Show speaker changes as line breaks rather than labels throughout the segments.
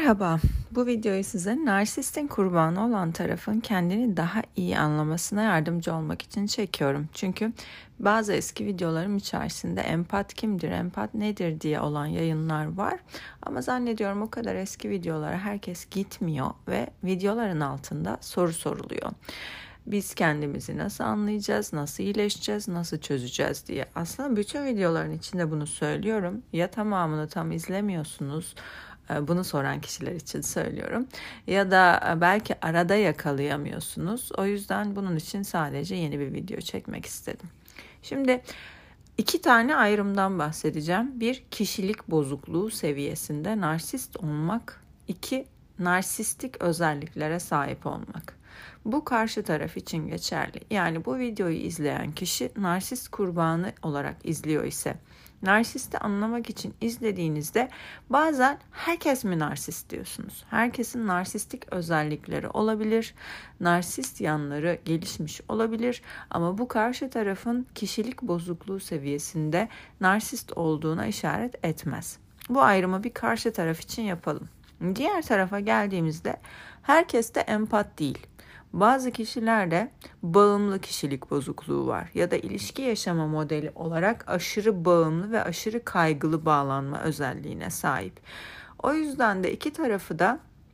Merhaba, bu videoyu size narsistin kurbanı olan tarafın kendini daha iyi anlamasına yardımcı olmak için çekiyorum. Çünkü bazı eski videolarım içerisinde empat kimdir, empat nedir diye olan yayınlar var. Ama zannediyorum o kadar eski videolara herkes gitmiyor ve videoların altında soru soruluyor. Biz kendimizi nasıl anlayacağız, nasıl iyileşeceğiz, nasıl çözeceğiz diye. Aslında bütün videoların içinde bunu söylüyorum. Ya tamamını tam izlemiyorsunuz, bunu soran kişiler için söylüyorum. Ya da belki arada yakalayamıyorsunuz. O yüzden bunun için sadece yeni bir video çekmek istedim. Şimdi 2 tane ayrımdan bahsedeceğim. Bir, kişilik bozukluğu seviyesinde narsist olmak. 2, narsistik özelliklere sahip olmak. Bu karşı taraf için geçerli. Yani bu videoyu izleyen kişi narsist kurbanı olarak izliyor ise, narsisti anlamak için izlediğinizde bazen herkes mi narsist diyorsunuz? Herkesin narsistik özellikleri olabilir, narsist yanları gelişmiş olabilir ama bu karşı tarafın kişilik bozukluğu seviyesinde narsist olduğuna işaret etmez. Bu ayrımı bir karşı taraf için yapalım. Diğer tarafa geldiğimizde herkes de empat değil. Bazı kişilerde bağımlı kişilik bozukluğu var ya da ilişki yaşama modeli olarak aşırı bağımlı ve aşırı kaygılı bağlanma özelliğine sahip. O yüzden de iki tarafı da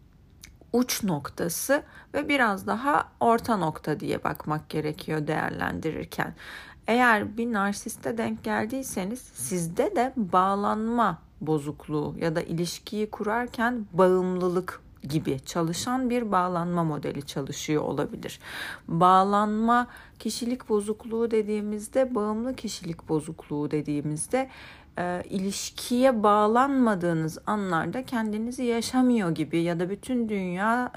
uç noktası ve biraz daha orta nokta diye bakmak gerekiyor değerlendirirken. Eğer bir narsiste denk geldiyseniz sizde de bağlanma bozukluğu ya da ilişkiyi kurarken bağımlılık gibi çalışan bir bağlanma modeli çalışıyor olabilir. Bağlanma kişilik bozukluğu dediğimizde, bağımlı kişilik bozukluğu dediğimizde ilişkiye bağlanmadığınız anlarda kendinizi yaşamıyor gibi ya da bütün dünya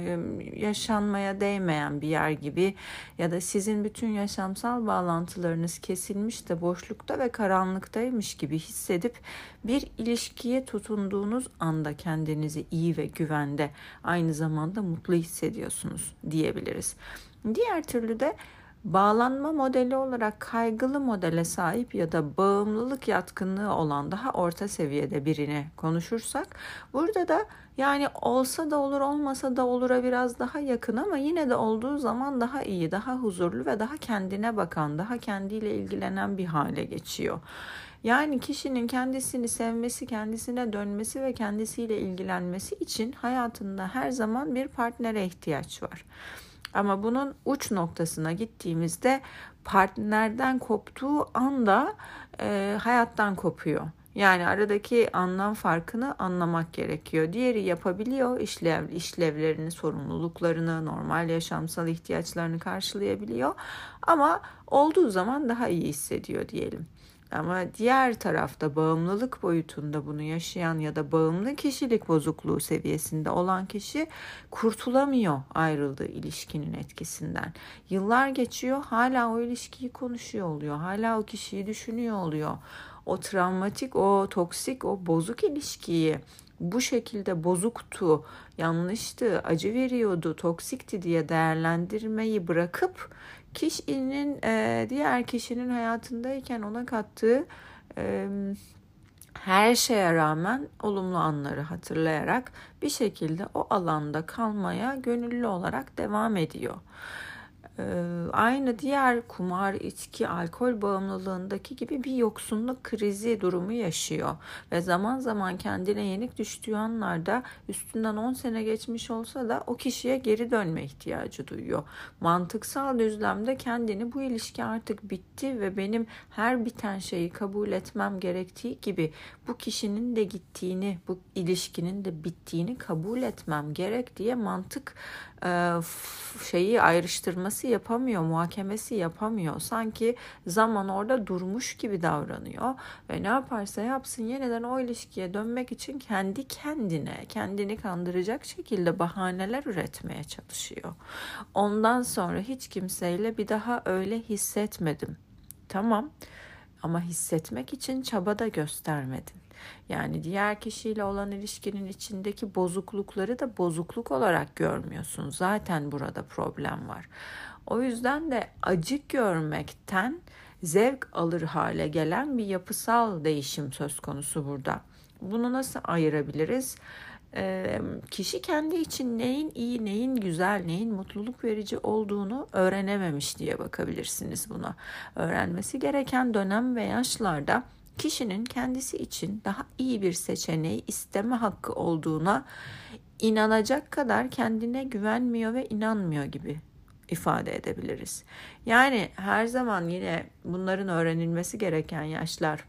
yaşanmaya değmeyen bir yer gibi ya da sizin bütün yaşamsal bağlantılarınız kesilmiş de boşlukta ve karanlıktaymış gibi hissedip bir ilişkiye tutunduğunuz anda kendinizi iyi ve güvende, aynı zamanda mutlu hissediyorsunuz diyebiliriz. Diğer türlü de bağlanma modeli olarak kaygılı modele sahip ya da bağımlılık yatkınlığı olan daha orta seviyede birini konuşursak, burada da yani olsa da olur olmasa da olura biraz daha yakın ama yine de olduğu zaman daha iyi, daha huzurlu ve daha kendine bakan, daha kendiyle ilgilenen bir hale geçiyor. Yani kişinin kendisini sevmesi, kendisine dönmesi ve kendisiyle ilgilenmesi için hayatında her zaman bir partnere ihtiyaç var. Ama bunun uç noktasına gittiğimizde partnerden koptuğu anda hayattan kopuyor. Yani aradaki anlam farkını anlamak gerekiyor. Diğeri yapabiliyor, işlevlerini, sorumluluklarını, normal yaşamsal ihtiyaçlarını karşılayabiliyor. Ama olduğu zaman daha iyi hissediyor diyelim. Ama diğer tarafta bağımlılık boyutunda bunu yaşayan ya da bağımlı kişilik bozukluğu seviyesinde olan kişi kurtulamıyor ayrıldığı ilişkinin etkisinden. Yıllar geçiyor, hala o ilişkiyi konuşuyor oluyor, hala o kişiyi düşünüyor oluyor. O travmatik, o toksik, o bozuk ilişkiyi bu şekilde bozuktu, yanlıştı, acı veriyordu, toksikti diye değerlendirmeyi bırakıp kişinin diğer kişinin hayatındayken ona kattığı her şeye rağmen olumlu anları hatırlayarak bir şekilde o alanda kalmaya gönüllü olarak devam ediyor. Aynı diğer kumar, içki, alkol bağımlılığındaki gibi bir yoksunluk krizi durumu yaşıyor. Ve zaman zaman kendine yenik düştüğü anlarda üstünden 10 sene geçmiş olsa da o kişiye geri dönme ihtiyacı duyuyor. Mantıksal düzlemde kendini bu ilişki artık bitti ve benim her biten şeyi kabul etmem gerektiği gibi bu kişinin de gittiğini, bu ilişkinin de bittiğini kabul etmem gerek diye mantık ayrıştırması yapamıyor, muhakemesi yapamıyor. Sanki zaman orada durmuş gibi davranıyor ve ne yaparsa yapsın yeniden o ilişkiye dönmek için kendini kandıracak şekilde bahaneler üretmeye çalışıyor. Ondan sonra hiç kimseyle bir daha öyle hissetmedim. Tamam, ama hissetmek için çaba da göstermedin. Yani diğer kişiyle olan ilişkinin içindeki bozuklukları da bozukluk olarak görmüyorsun. Zaten burada problem var. O yüzden de acı görmekten zevk alır hale gelen bir yapısal değişim söz konusu burada. Bunu nasıl ayırabiliriz? Kişi kendi için neyin iyi, neyin güzel, neyin mutluluk verici olduğunu öğrenememiş diye bakabilirsiniz buna. Öğrenmesi gereken dönem ve yaşlarda kişinin kendisi için daha iyi bir seçeneği isteme hakkı olduğuna inanacak kadar kendine güvenmiyor ve inanmıyor gibi ifade edebiliriz. Yani her zaman yine bunların öğrenilmesi gereken yaşlar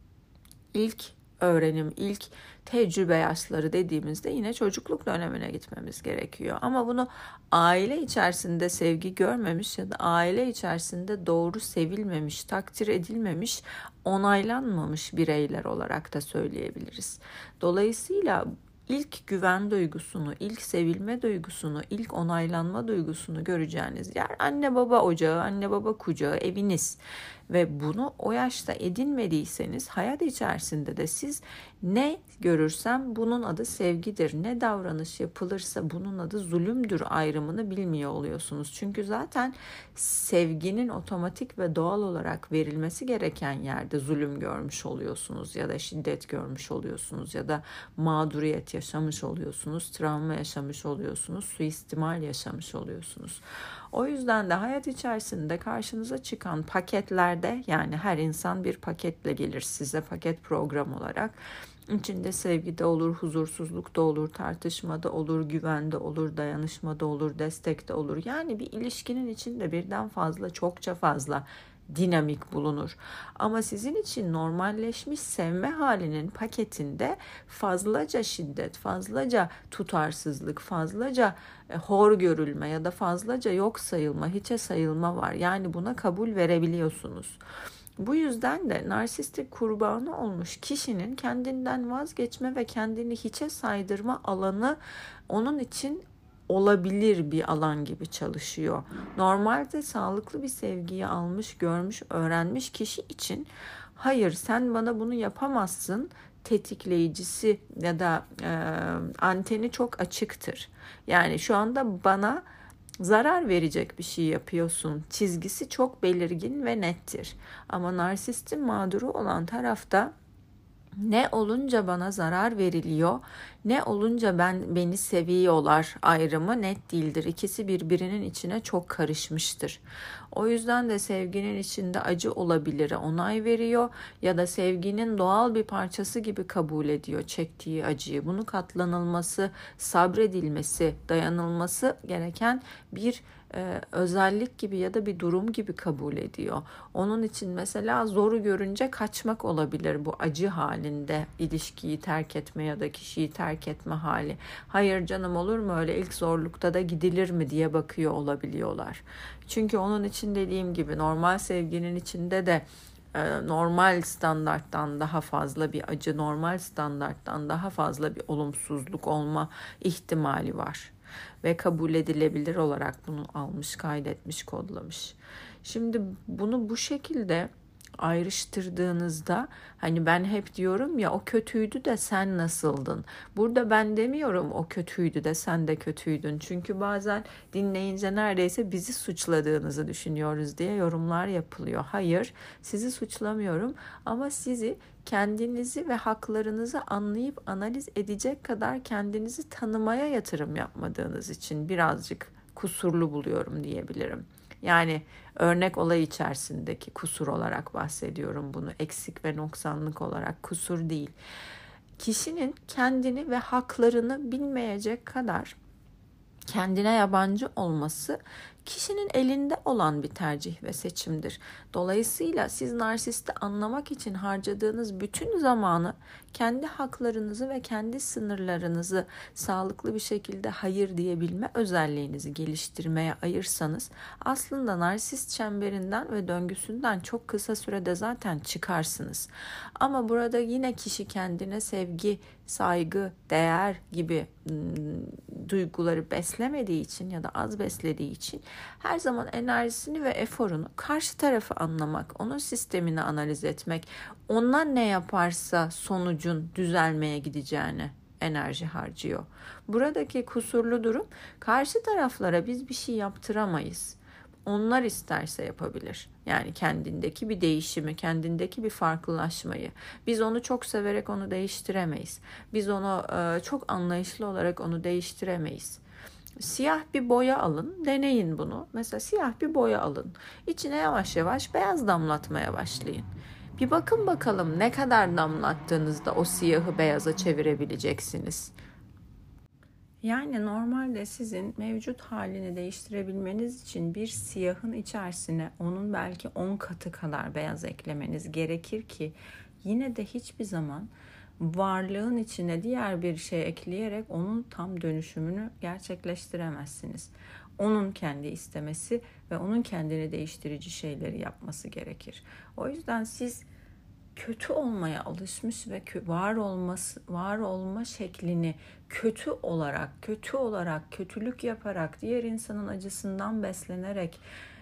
ilk öğrenim, ilk tecrübe yaşları dediğimizde yine çocukluk dönemine gitmemiz gerekiyor. Ama bunu aile içerisinde sevgi görmemiş ya da aile içerisinde doğru sevilmemiş, takdir edilmemiş, onaylanmamış bireyler olarak da söyleyebiliriz. Dolayısıyla ilk güven duygusunu, ilk sevilme duygusunu, ilk onaylanma duygusunu göreceğiniz yer anne baba ocağı, anne baba kucağı, eviniz. Ve bunu o yaşta edinmediyseniz hayat içerisinde de siz ne görürsem bunun adı sevgidir, ne davranış yapılırsa bunun adı zulümdür ayrımını bilmiyor oluyorsunuz. Çünkü zaten sevginin otomatik ve doğal olarak verilmesi gereken yerde zulüm görmüş oluyorsunuz ya da şiddet görmüş oluyorsunuz ya da mağduriyet yaşamış oluyorsunuz, travma yaşamış oluyorsunuz, suistimal yaşamış oluyorsunuz. O yüzden de hayat içerisinde karşınıza çıkan paketlerde, yani her insan bir paketle gelir size, paket program olarak. İçinde sevgi de olur, huzursuzluk da olur, tartışma da olur, güven de olur, dayanışma da olur, destek de olur. Yani bir ilişkinin içinde birden fazla, çokça fazla dinamik bulunur. Ama sizin için normalleşmiş sevme halinin paketinde fazlaca şiddet, fazlaca tutarsızlık, fazlaca hor görülme ya da fazlaca yok sayılma, hiçe sayılma var. Yani buna kabul verebiliyorsunuz. Bu yüzden de narsistik kurbanı olmuş kişinin kendinden vazgeçme ve kendini hiçe saydırma alanı onun için olabilir bir alan gibi çalışıyor. Normalde sağlıklı bir sevgiyi almış, görmüş, öğrenmiş kişi için hayır sen bana bunu yapamazsın tetikleyicisi ya da anteni çok açıktır. Yani şu anda bana zarar verecek bir şey yapıyorsun çizgisi çok belirgin ve nettir. Ama narsistin mağduru olan tarafta ne olunca bana zarar veriliyor, ne olunca beni seviyorlar ayrımı net değildir. İkisi birbirinin içine çok karışmıştır. O yüzden de sevginin içinde acı olabilir, onay veriyor ya da sevginin doğal bir parçası gibi kabul ediyor çektiği acıyı. Bunu katlanılması, sabredilmesi, dayanılması gereken bir özellik gibi ya da bir durum gibi kabul ediyor. Onun için mesela zoru görünce kaçmak olabilir bu acı halinde ilişkiyi terk etme ya da kişiyi terk etme hali. Hayır canım olur mu öyle ilk zorlukta da gidilir mi diye bakıyor olabiliyorlar. Çünkü onun için dediğim gibi normal sevginin içinde de normal standarttan daha fazla bir acı, normal standarttan daha fazla bir olumsuzluk olma ihtimali var. Ve kabul edilebilir olarak bunu almış, kaydetmiş, kodlamış. Şimdi bunu bu şekilde ayrıştırdığınızda hani ben hep diyorum ya o kötüydü de sen nasıldın? Burada ben demiyorum o kötüydü de sen de kötüydün. Çünkü bazen dinleyince neredeyse bizi suçladığınızı düşünüyoruz diye yorumlar yapılıyor. Hayır, sizi suçlamıyorum ama sizi kendinizi ve haklarınızı anlayıp analiz edecek kadar kendinizi tanımaya yatırım yapmadığınız için birazcık kusurlu buluyorum diyebilirim. Yani örnek olay içerisindeki kusur olarak bahsediyorum bunu. Eksik ve noksanlık olarak kusur değil. Kişinin kendini ve haklarını bilmeyecek kadar kendine yabancı olması kişinin elinde olan bir tercih ve seçimdir. Dolayısıyla siz narsisti anlamak için harcadığınız bütün zamanı kendi haklarınızı ve kendi sınırlarınızı sağlıklı bir şekilde hayır diyebilme özelliğinizi geliştirmeye ayırsanız aslında narsist çemberinden ve döngüsünden çok kısa sürede zaten çıkarsınız. Ama burada yine kişi kendine sevgi, saygı, değer gibi duyguları beslemediği için ya da az beslediği için her zaman enerjisini ve eforunu karşı tarafı anlamak, onun sistemini analiz etmek, onlar ne yaparsa sonucun düzelmeye gideceğini enerji harcıyor. Buradaki kusurlu durum karşı taraflara biz bir şey yaptıramayız. Onlar isterse yapabilir. Yani kendindeki bir değişimi, kendindeki bir farklılaşmayı. Biz onu çok severek onu değiştiremeyiz. Biz onu çok anlayışlı olarak onu değiştiremeyiz. Siyah bir boya alın, deneyin bunu. Mesela siyah bir boya alın. İçine yavaş yavaş beyaz damlatmaya başlayın. Bir bakın bakalım ne kadar damlattığınızda o siyahı beyaza çevirebileceksiniz. Yani normalde sizin mevcut halini değiştirebilmeniz için bir siyahın içerisine onun belki 10 katı kadar beyaz eklemeniz gerekir ki yine de hiçbir zaman varlığın içine diğer bir şey ekleyerek onun tam dönüşümünü gerçekleştiremezsiniz. Onun kendi istemesi ve onun kendini değiştirici şeyleri yapması gerekir. O yüzden siz kötü olmaya alışmış ve var olma şeklini kötü olarak, kötülük yaparak, diğer insanın acısından beslenerek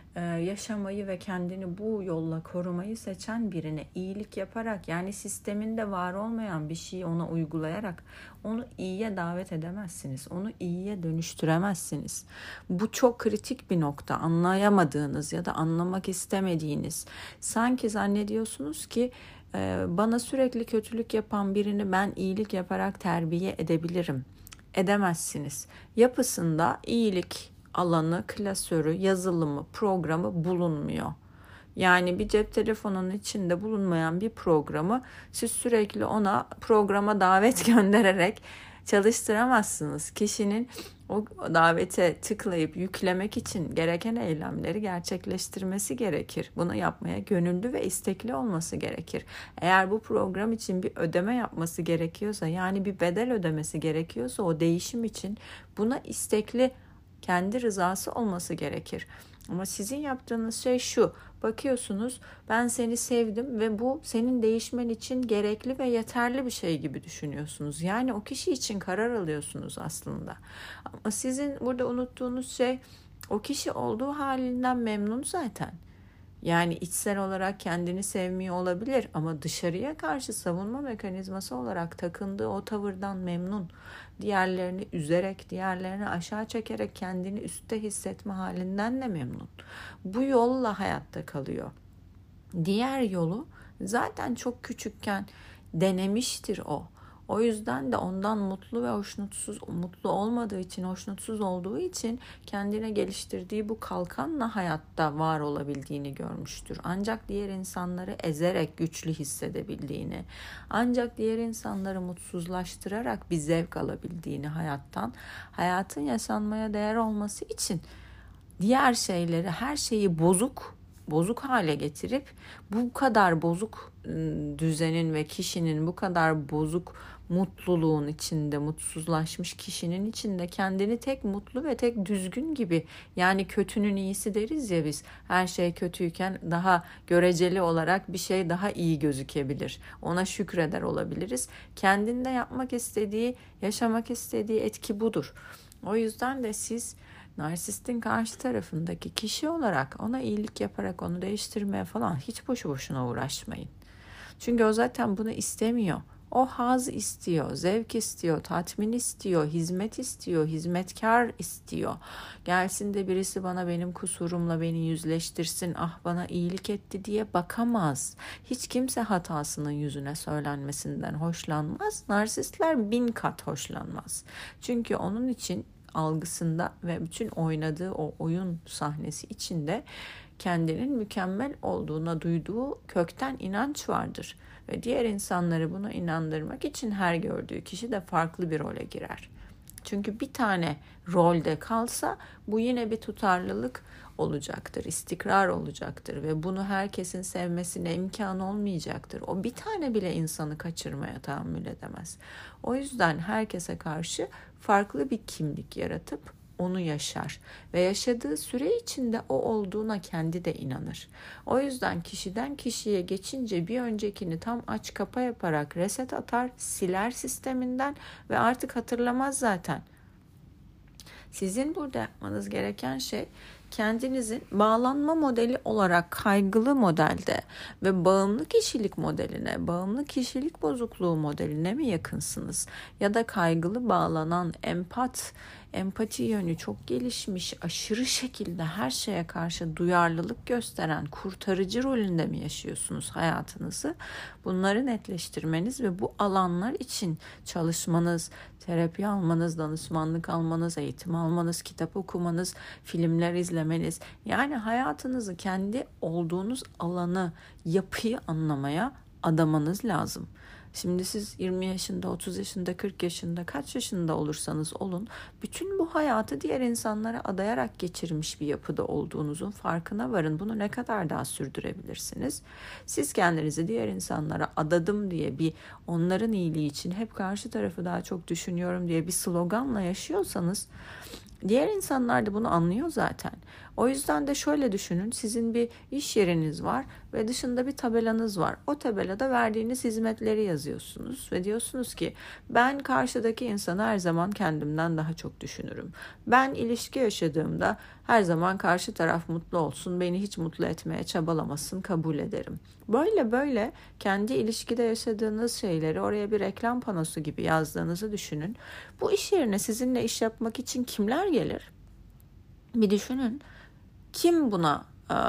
yaşamayı ve kendini bu yolla korumayı seçen birine iyilik yaparak, yani sisteminde var olmayan bir şeyi ona uygulayarak onu iyiye davet edemezsiniz. Onu iyiye dönüştüremezsiniz. Bu çok kritik bir nokta. Anlayamadığınız ya da anlamak istemediğiniz. Sanki zannediyorsunuz ki bana sürekli kötülük yapan birini ben iyilik yaparak terbiye edebilirim. Edemezsiniz. Yapısında iyilik alanı, klasörü, yazılımı, programı bulunmuyor. Yani bir cep telefonunun içinde bulunmayan bir programı siz sürekli ona programa davet göndererek çalıştıramazsınız. Kişinin o davete tıklayıp yüklemek için gereken eylemleri gerçekleştirmesi gerekir. Bunu yapmaya gönüllü ve istekli olması gerekir. Eğer bu program için bir ödeme yapması gerekiyorsa, yani bir bedel ödemesi gerekiyorsa o değişim için buna istekli, kendi rızası olması gerekir. Ama sizin yaptığınız şey şu: bakıyorsunuz, ben seni sevdim ve bu senin değişmen için gerekli ve yeterli bir şey gibi düşünüyorsunuz. Yani o kişi için karar alıyorsunuz aslında. Ama sizin burada unuttuğunuz şey, o kişi olduğu halinden memnun zaten. Yani içsel olarak kendini sevmiyor olabilir ama dışarıya karşı savunma mekanizması olarak takındığı o tavırdan memnun. Diğerlerini üzerek, diğerlerini aşağı çekerek kendini üstte hissetme halinden de memnun. Bu yolla hayatta kalıyor. Diğer yolu zaten çok küçükken denemiştir o. O yüzden de ondan mutlu ve mutlu olmadığı için, hoşnutsuz olduğu için kendine geliştirdiği bu kalkanla hayatta var olabildiğini görmüştür. Ancak diğer insanları ezerek güçlü hissedebildiğini, ancak diğer insanları mutsuzlaştırarak bir zevk alabildiğini hayattan, hayatın yaşanmaya değer olması için diğer şeyleri, her şeyi bozuk hale getirip bu kadar bozuk düzenin ve kişinin bu kadar bozuk mutluluğun içinde, mutsuzlaşmış kişinin içinde kendini tek mutlu ve tek düzgün gibi, yani kötünün iyisi deriz ya biz, her şey kötüyken daha göreceli olarak bir şey daha iyi gözükebilir. Ona şükreder olabiliriz. Kendinde yapmak istediği, yaşamak istediği etki budur. O yüzden de siz narsistin karşı tarafındaki kişi olarak ona iyilik yaparak onu değiştirmeye falan hiç boşu boşuna uğraşmayın. Çünkü o zaten bunu istemiyor. O haz istiyor, zevk istiyor, tatmin istiyor, hizmet istiyor, hizmetkar istiyor. Gelsin de birisi bana benim kusurumla beni yüzleştirsin, ah bana iyilik etti diye bakamaz. Hiç kimse hatasının yüzüne söylenmesinden hoşlanmaz. Narsistler 1000 kat hoşlanmaz. Çünkü onun için algısında ve bütün oynadığı o oyun sahnesi içinde kendinin mükemmel olduğuna duyduğu kökten inanç vardır. Ve diğer insanları buna inandırmak için her gördüğü kişi de farklı bir role girer. Çünkü bir tane rolde kalsa bu yine bir tutarlılık olacaktır, istikrar olacaktır ve bunu herkesin sevmesine imkan olmayacaktır. O bir tane bile insanı kaçırmaya tahammül edemez. O yüzden herkese karşı farklı bir kimlik yaratıp onu yaşar ve yaşadığı süre içinde o olduğuna kendi de inanır. O yüzden kişiden kişiye geçince bir öncekini tam aç kapa yaparak reset atar, siler sisteminden ve artık hatırlamaz zaten. Sizin burada yapmanız gereken şey, kendinizin bağlanma modeli olarak kaygılı modelde ve bağımlı kişilik modeline, bağımlı kişilik bozukluğu modeline mi yakınsınız? Ya da kaygılı bağlanan, empat empati yönü çok gelişmiş, aşırı şekilde her şeye karşı duyarlılık gösteren kurtarıcı rolünde mi yaşıyorsunuz hayatınızı? Bunları netleştirmeniz ve bu alanlar için çalışmanız, terapi almanız, danışmanlık almanız, eğitim almanız, kitap okumanız, filmler izlemeniz, yani hayatınızı, kendi olduğunuz alanı, yapıyı anlamaya adamanız lazım. Şimdi siz 20 yaşında, 30 yaşında, 40 yaşında, kaç yaşında olursanız olun, bütün bu hayatı diğer insanlara adayarak geçirmiş bir yapıda olduğunuzun farkına varın. Bunu ne kadar daha sürdürebilirsiniz? Siz kendinizi diğer insanlara adadım diye, bir onların iyiliği için hep karşı tarafı daha çok düşünüyorum diye bir sloganla yaşıyorsanız, diğer insanlar da bunu anlıyor zaten. O yüzden de şöyle düşünün, sizin bir iş yeriniz var ve dışında bir tabelanız var. O tabelada verdiğiniz hizmetleri yazıyorsunuz ve diyorsunuz ki ben karşıdaki insanı her zaman kendimden daha çok düşünürüm. Ben ilişki yaşadığımda her zaman karşı taraf mutlu olsun, beni hiç mutlu etmeye çabalamasın, kabul ederim. Böyle böyle kendi ilişkide yaşadığınız şeyleri oraya bir reklam panosu gibi yazdığınızı düşünün. Bu iş yerine sizinle iş yapmak için kimler gelir? Bir düşünün. Kim buna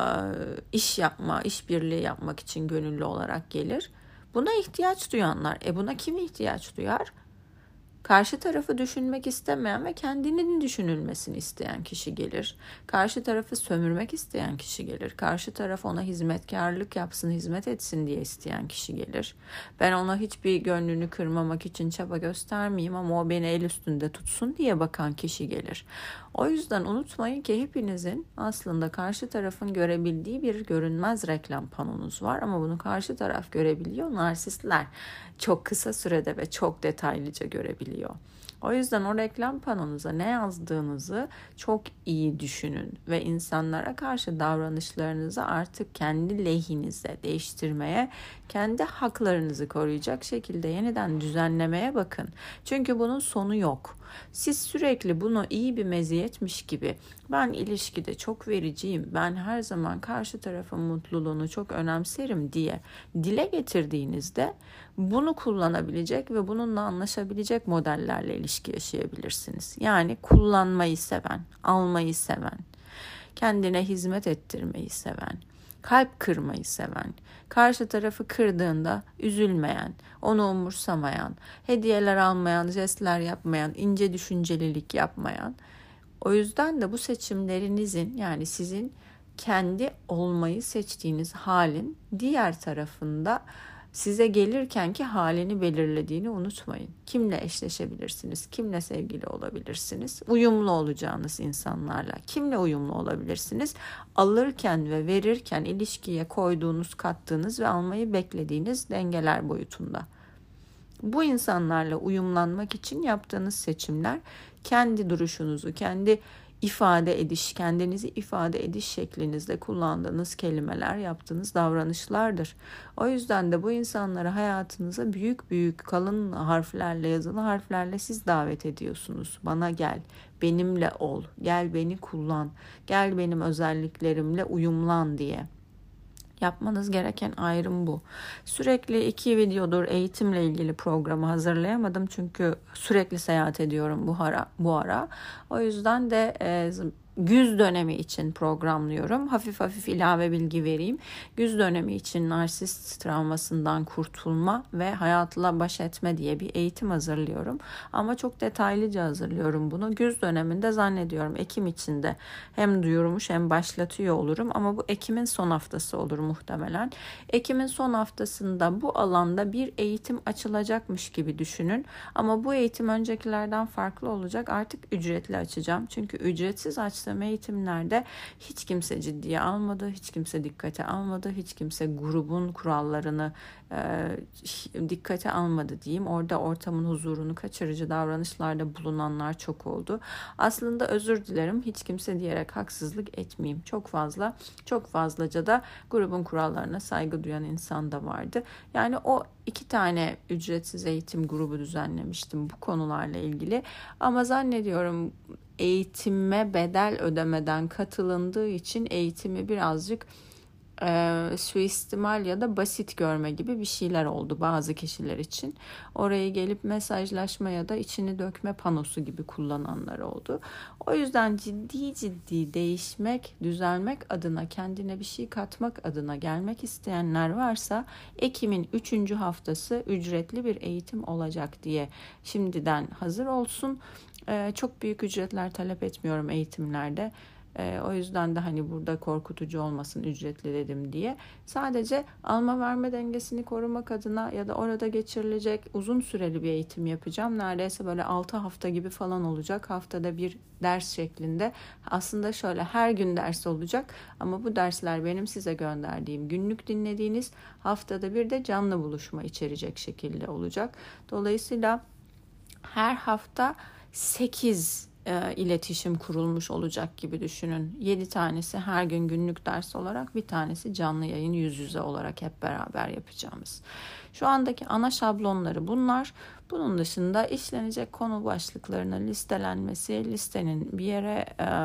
iş yapma, işbirliği yapmak için gönüllü olarak gelir? Buna ihtiyaç duyanlar. Buna kim ihtiyaç duyar? Karşı tarafı düşünmek istemeyen ve kendinin düşünülmesini isteyen kişi gelir. Karşı tarafı sömürmek isteyen kişi gelir. Karşı taraf ona hizmetkarlık yapsın, hizmet etsin diye isteyen kişi gelir. Ben ona hiçbir gönlünü kırmamak için çaba göstermeyeyim ama o beni el üstünde tutsun diye bakan kişi gelir. O yüzden unutmayın ki hepinizin aslında karşı tarafın görebildiği bir görünmez reklam panonuz var ama bunu karşı taraf görebiliyor. Narsistler çok kısa sürede ve çok detaylıca görebiliyor. O yüzden o reklam panonuza ne yazdığınızı çok iyi düşünün ve insanlara karşı davranışlarınızı artık kendi lehinize değiştirmeye, kendi haklarınızı koruyacak şekilde yeniden düzenlemeye bakın. Çünkü bunun sonu yok. Siz sürekli bunu iyi bir meziyetmiş gibi, ben ilişkide çok vericiyim, ben her zaman karşı tarafın mutluluğunu çok önemserim diye dile getirdiğinizde bunu kullanabilecek ve bununla anlaşabilecek modellerle ilişki yaşayabilirsiniz. Yani kullanmayı seven, almayı seven, kendine hizmet ettirmeyi seven, kalp kırmayı seven, karşı tarafı kırdığında üzülmeyen, onu umursamayan, hediyeler almayan, jestler yapmayan, ince düşüncelilik yapmayan. O yüzden de bu seçimlerinizin, yani sizin kendi olmayı seçtiğiniz halin diğer tarafında size gelirkenki halini belirlediğini unutmayın. Kimle eşleşebilirsiniz? Kimle sevgili olabilirsiniz? Uyumlu olacağınız insanlarla. Kimle uyumlu olabilirsiniz? Alırken ve verirken ilişkiye koyduğunuz, kattığınız ve almayı beklediğiniz dengeler boyutunda. Bu insanlarla uyumlanmak için yaptığınız seçimler, kendi duruşunuzu, kendi kendinizi ifade ediş şeklinizde kullandığınız kelimeler, yaptığınız davranışlardır. O yüzden de bu insanları hayatınıza büyük büyük kalın harflerle, yazılı harflerle siz davet ediyorsunuz. Bana gel, benimle ol, gel beni kullan, gel benim özelliklerimle uyumlan diye. Yapmanız gereken ayrım bu. Sürekli 2 videodur eğitimle ilgili programı hazırlayamadım çünkü sürekli seyahat ediyorum bu ara. O yüzden de güz dönemi için programlıyorum. Hafif hafif ilave bilgi vereyim. Güz dönemi için narsist travmasından kurtulma ve hayatla baş etme diye bir eğitim hazırlıyorum. Ama çok detaylıca hazırlıyorum bunu. Güz döneminde zannediyorum Ekim içinde hem duyurmuş hem başlatıyor olurum. Ama bu Ekim'in son haftası olur muhtemelen. Ekim'in son haftasında bu alanda bir eğitim açılacakmış gibi düşünün. Ama bu eğitim öncekilerden farklı olacak. Artık ücretli açacağım. Çünkü ücretsiz açtığım eğitimlerde hiç kimse ciddiye almadı, hiç kimse dikkate almadı, hiç kimse grubun kurallarını dikkate almadı diyeyim. Orada ortamın huzurunu kaçırıcı davranışlarda bulunanlar çok oldu. Aslında özür dilerim, hiç kimse diyerek haksızlık etmeyeyim. Çok fazlaca da grubun kurallarına saygı duyan insan da vardı. Yani o 2 tane ücretsiz eğitim grubu düzenlemiştim bu konularla ilgili. Ama zannediyorum eğitime bedel ödemeden katılındığı için eğitimi birazcık suistimal ya da basit görme gibi bir şeyler oldu bazı kişiler için. Orayı gelip mesajlaşma ya da içini dökme panosu gibi kullananlar oldu. O yüzden ciddi değişmek, düzelmek adına, kendine bir şey katmak adına gelmek isteyenler varsa Ekim'in 3. haftası ücretli bir eğitim olacak diye şimdiden hazır olsun. Çok büyük ücretler talep etmiyorum eğitimlerde. O yüzden de hani burada korkutucu olmasın ücretli dedim diye. Sadece alma verme dengesini korumak adına ya da orada geçirilecek uzun süreli bir eğitim yapacağım. Neredeyse böyle 6 hafta gibi falan olacak. Haftada bir ders şeklinde. Aslında şöyle her gün ders olacak ama bu dersler benim size gönderdiğim günlük dinlediğiniz, haftada bir de canlı buluşma içerecek şekilde olacak. Dolayısıyla her hafta 8 iletişim kurulmuş olacak gibi düşünün. 7 tanesi her gün günlük ders olarak, bir tanesi canlı yayın yüz yüze olarak hep beraber yapacağımız. Şu andaki ana şablonları bunlar. Bunun dışında işlenecek konu başlıklarının listelenmesi, listenin bir yere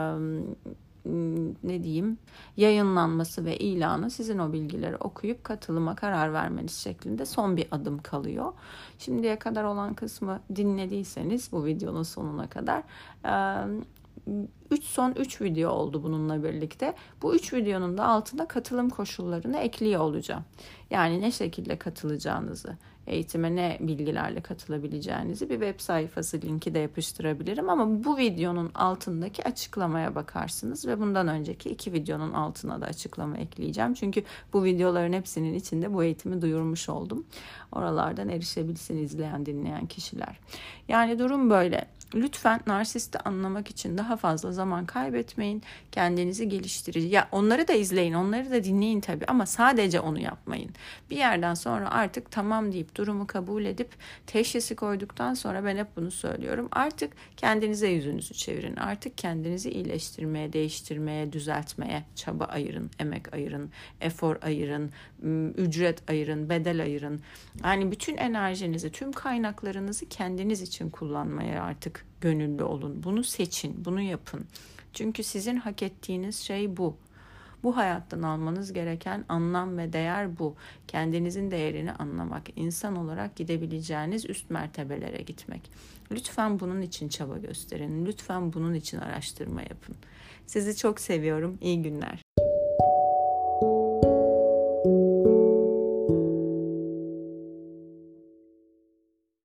yayınlanması ve ilanı, sizin o bilgileri okuyup katılıma karar vermeniz şeklinde son bir adım kalıyor. Şimdiye kadar olan kısmı dinlediyseniz bu videonun sonuna kadar son 3 video oldu bununla birlikte. Bu 3 videonun da altına katılım koşullarını ekliyor olacağım. Yani ne şekilde katılacağınızı, eğitime ne bilgilerle katılabileceğinizi bir web sayfası linki de yapıştırabilirim. Ama bu videonun altındaki açıklamaya bakarsınız ve bundan önceki 2 videonun altına da açıklama ekleyeceğim. Çünkü bu videoların hepsinin içinde bu eğitimi duyurmuş oldum. Oralardan erişebilsin izleyen, dinleyen kişiler. Yani durum böyle. Lütfen narsisti anlamak için daha fazla zaman kaybetmeyin. Kendinizi geliştirin. Ya onları da izleyin, onları da dinleyin tabii ama sadece onu yapmayın. Bir yerden sonra artık tamam deyip durumu kabul edip teşhisi koyduktan sonra ben hep bunu söylüyorum. Artık kendinize yüzünüzü çevirin. Artık kendinizi iyileştirmeye, değiştirmeye, düzeltmeye çaba ayırın, emek ayırın, efor ayırın, ücret ayırın, bedel ayırın. Yani bütün enerjinizi, tüm kaynaklarınızı kendiniz için kullanmaya artık gönüllü olun. Bunu seçin, bunu yapın. Çünkü sizin hak ettiğiniz şey bu. Bu hayattan almanız gereken anlam ve değer bu. Kendinizin değerini anlamak, insan olarak gidebileceğiniz üst mertebelere gitmek. Lütfen bunun için çaba gösterin. Lütfen bunun için araştırma yapın. Sizi çok seviyorum. İyi günler.